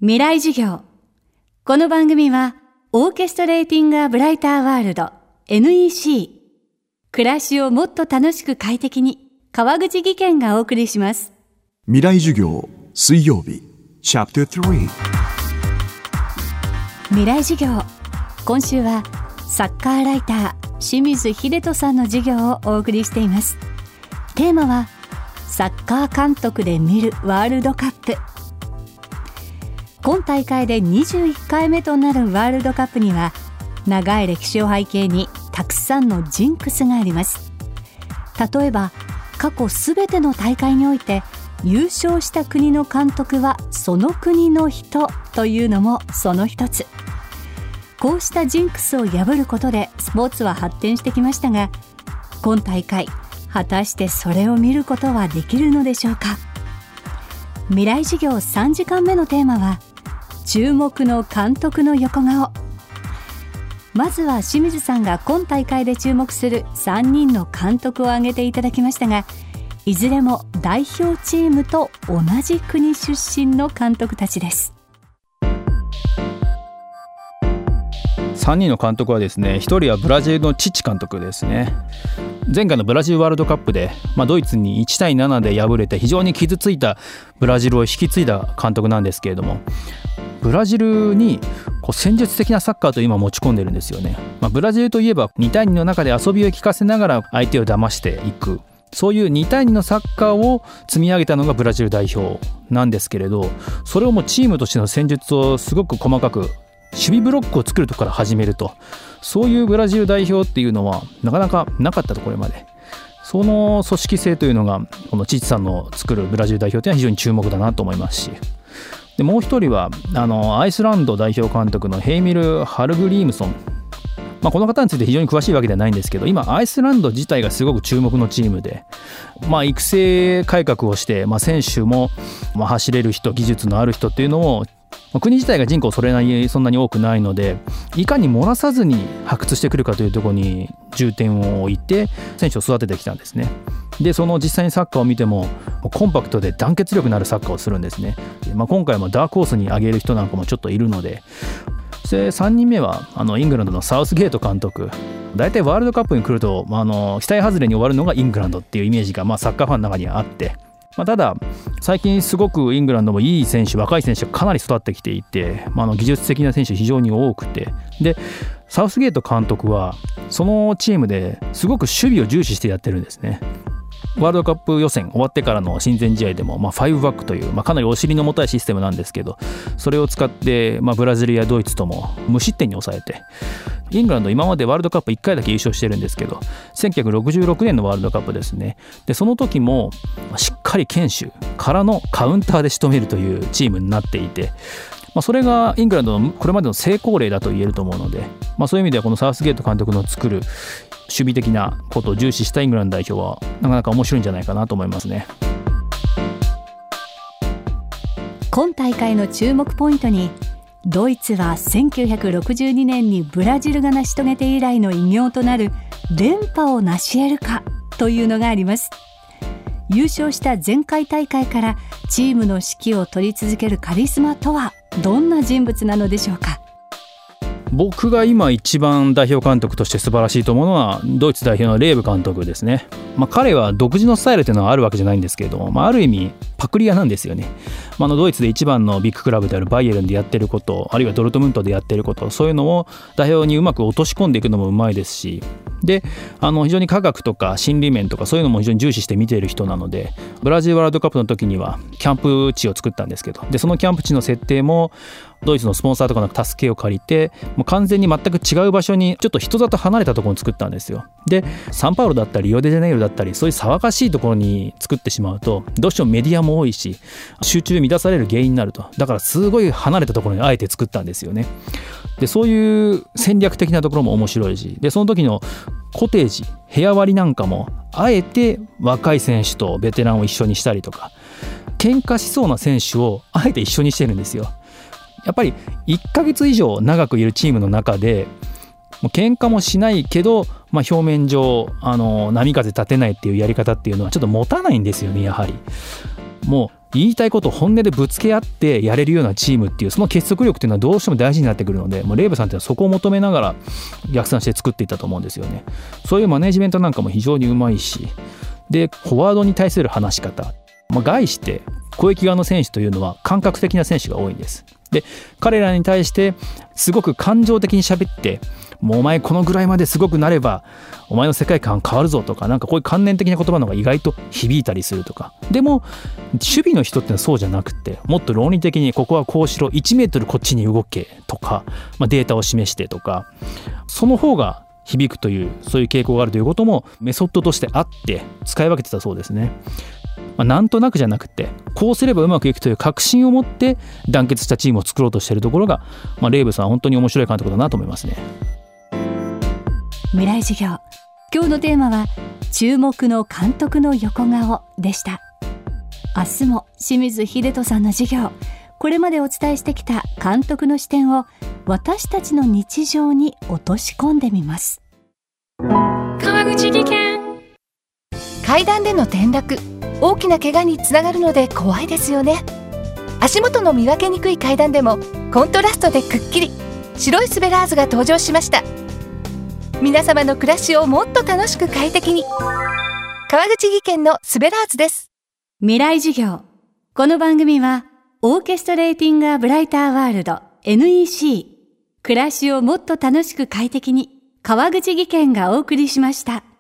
未来授業。この番組はオーケストレーティングアブライターワールド NEC 暮らしをもっと楽しく快適に川口義賢がお送りします。 未来授業水曜日チャプター3 未来授業。今週はサッカーライター清水秀人さんの授業をお送りしています。テーマはサッカー監督で見るワールドカップ。今大会で21回目となるワールドカップには長い歴史を背景にたくさんのジンクスがあります。例えば過去すべての大会において優勝した国の監督はその国の人というのもその一つ。こうしたジンクスを破ることでスポーツは発展してきましたが、今大会果たしてそれを見ることはできるのでしょうか。未来授業3時間目のテーマは注目の監督の横顔。まずは清水さんが今大会で注目する3人の監督を挙げていただきましたが、いずれも代表チームと同じ国出身の監督たちです。 3人の監督はですね、1人はブラジルのチッチ監督ですね。前回のブラジルワールドカップで、ドイツに1対7で敗れて非常に傷ついたブラジルを引き継いだ監督なんですけれども、ブラジルに戦術的なサッカーと今持ち込んでるんですよね。ブラジルといえば2対2の中で遊びを効かせながら相手を騙していく、そういう2対2のサッカーを積み上げたのがブラジル代表なんですけれど、それをもうチームとしての戦術をすごく細かく守備ブロックを作るところから始めると、そういうブラジル代表っていうのはなかなかなかったところまで。その組織性というのがこのチッチさんの作るブラジル代表というのは非常に注目だなと思いますし、でもう一人はアイスランド代表監督のヘイミル・ハルグリームソン。この方について非常に詳しいわけではないんですけど、今アイスランド自体がすごく注目のチームで、育成改革をして、選手も走れる人、技術のある人っていうのを国自体が人口そんなに多くないので、いかに漏らさずに発掘してくるかというところに重点を置いて選手を育ててきたんですね。でその実際にサッカーを見てもコンパクトで団結力のあるサッカーをするんですね。今回もダークホースに挙げる人なんかもちょっといるので、そして3人目はイングランドのサウスゲート監督。大体ワールドカップに来ると期待外れに終わるのがイングランドっていうイメージがサッカーファンの中にはあって、ただ最近すごくイングランドもいい選手、若い選手がかなり育ってきていて、技術的な選手非常に多くて、でサウスゲート監督はそのチームですごく守備を重視してやってるんですね。ワールドカップ予選終わってからの親善試合でも5バックという、かなりお尻の重たいシステムなんですけど、それを使って、ブラジルやドイツとも無失点に抑えて、イングランド今までワールドカップ1回だけ優勝してるんですけど、1966年のワールドカップですね。でその時もしっかり堅守からのカウンターで仕留めるというチームになっていて、それがイングランドのこれまでの成功例だと言えると思うので、そういう意味ではこのサウスゲート監督の作る守備的なことを重視したイングランド代表はなかなか面白いんじゃないかなと思いますね。 今大会の注目ポイントに、ドイツは1962年にブラジルが成し遂げて以来の偉業となる連覇を成し得るかというのがあります。優勝した前回大会からチームの指揮を取り続けるカリスマとはどんな人物なのでしょうか。 僕が今一番代表監督として素晴らしいと思うのはドイツ代表のレーブ監督ですね。彼は独自のスタイルというのはあるわけじゃないんですけれども、ある意味パクリ屋なんですよね。ドイツで一番のビッグクラブであるバイエルンでやってること、あるいはドルトムントでやってること、そういうのを代表にうまく落とし込んでいくのもうまいですし、で非常に科学とか心理面とかそういうのも非常に重視して見ている人なので、ブラジルワールドカップの時にはキャンプ地を作ったんですけど、でそのキャンプ地の設定もドイツのスポンサーとかの助けを借りて、もう完全に全く違う場所にちょっと人里離れたところに作ったんですよ。でサンパウロだったりリオデジャネイロだったり、そういう騒がしいところに作ってしまうとどうしてもメディアも多いし集中乱される原因になると。だからすごい離れたところにあえて作ったんですよね。でそういう戦略的なところも面白いし、でその時のコテージ、部屋割りなんかもあえて若い選手とベテランを一緒にしたりとか、喧嘩しそうな選手をあえて一緒にしてるんですよ。やっぱり1ヶ月以上長くいるチームの中でもう喧嘩もしないけど、表面上波風立てないっていうやり方っていうのはちょっと持たないんですよね。やはりもう言いたいことを本音でぶつけ合ってやれるようなチームっていう、その結束力っていうのはどうしても大事になってくるので、レイブさんっていうのはそこを求めながら逆算して作っていったと思うんですよね。そういうマネジメントなんかも非常にうまいし、でフォワードに対する話し方、概して攻撃側の選手というのは感覚的な選手が多いんです。で彼らに対してすごく感情的に喋って、もうお前このぐらいまですごくなればお前の世界観変わるぞとか、なんかこういう観念的な言葉の方が意外と響いたりするとか。でも守備の人ってのはそうじゃなくて、もっと論理的にここはこうしろ、1メートルこっちに動けとか、データを示してとか、その方が響くという、そういう傾向があるということもメソッドとしてあって使い分けてたそうですね。なんとなくじゃなくて、こうすればうまくいくという確信を持って団結したチームを作ろうとしているところが、レイブさんは本当に面白い監督だなと思いますね。 未来授業、今日のテーマは注目の監督の横顔でした。明日も清水秀人さんの授業、これまでお伝えしてきた監督の視点を私たちの日常に落とし込んでみます。 川口技研。階段での転落、大きな怪我につながるので怖いですよね。足元の見分けにくい階段でもコントラストでくっきり白いスベラーズが登場しました。皆様の暮らしをもっと楽しく快適に、川口技研のスベラーズです。 未来授業、この番組はオーケストレーティングアブライターワールド NEC、 暮らしをもっと楽しく快適に、川口技研がお送りしました。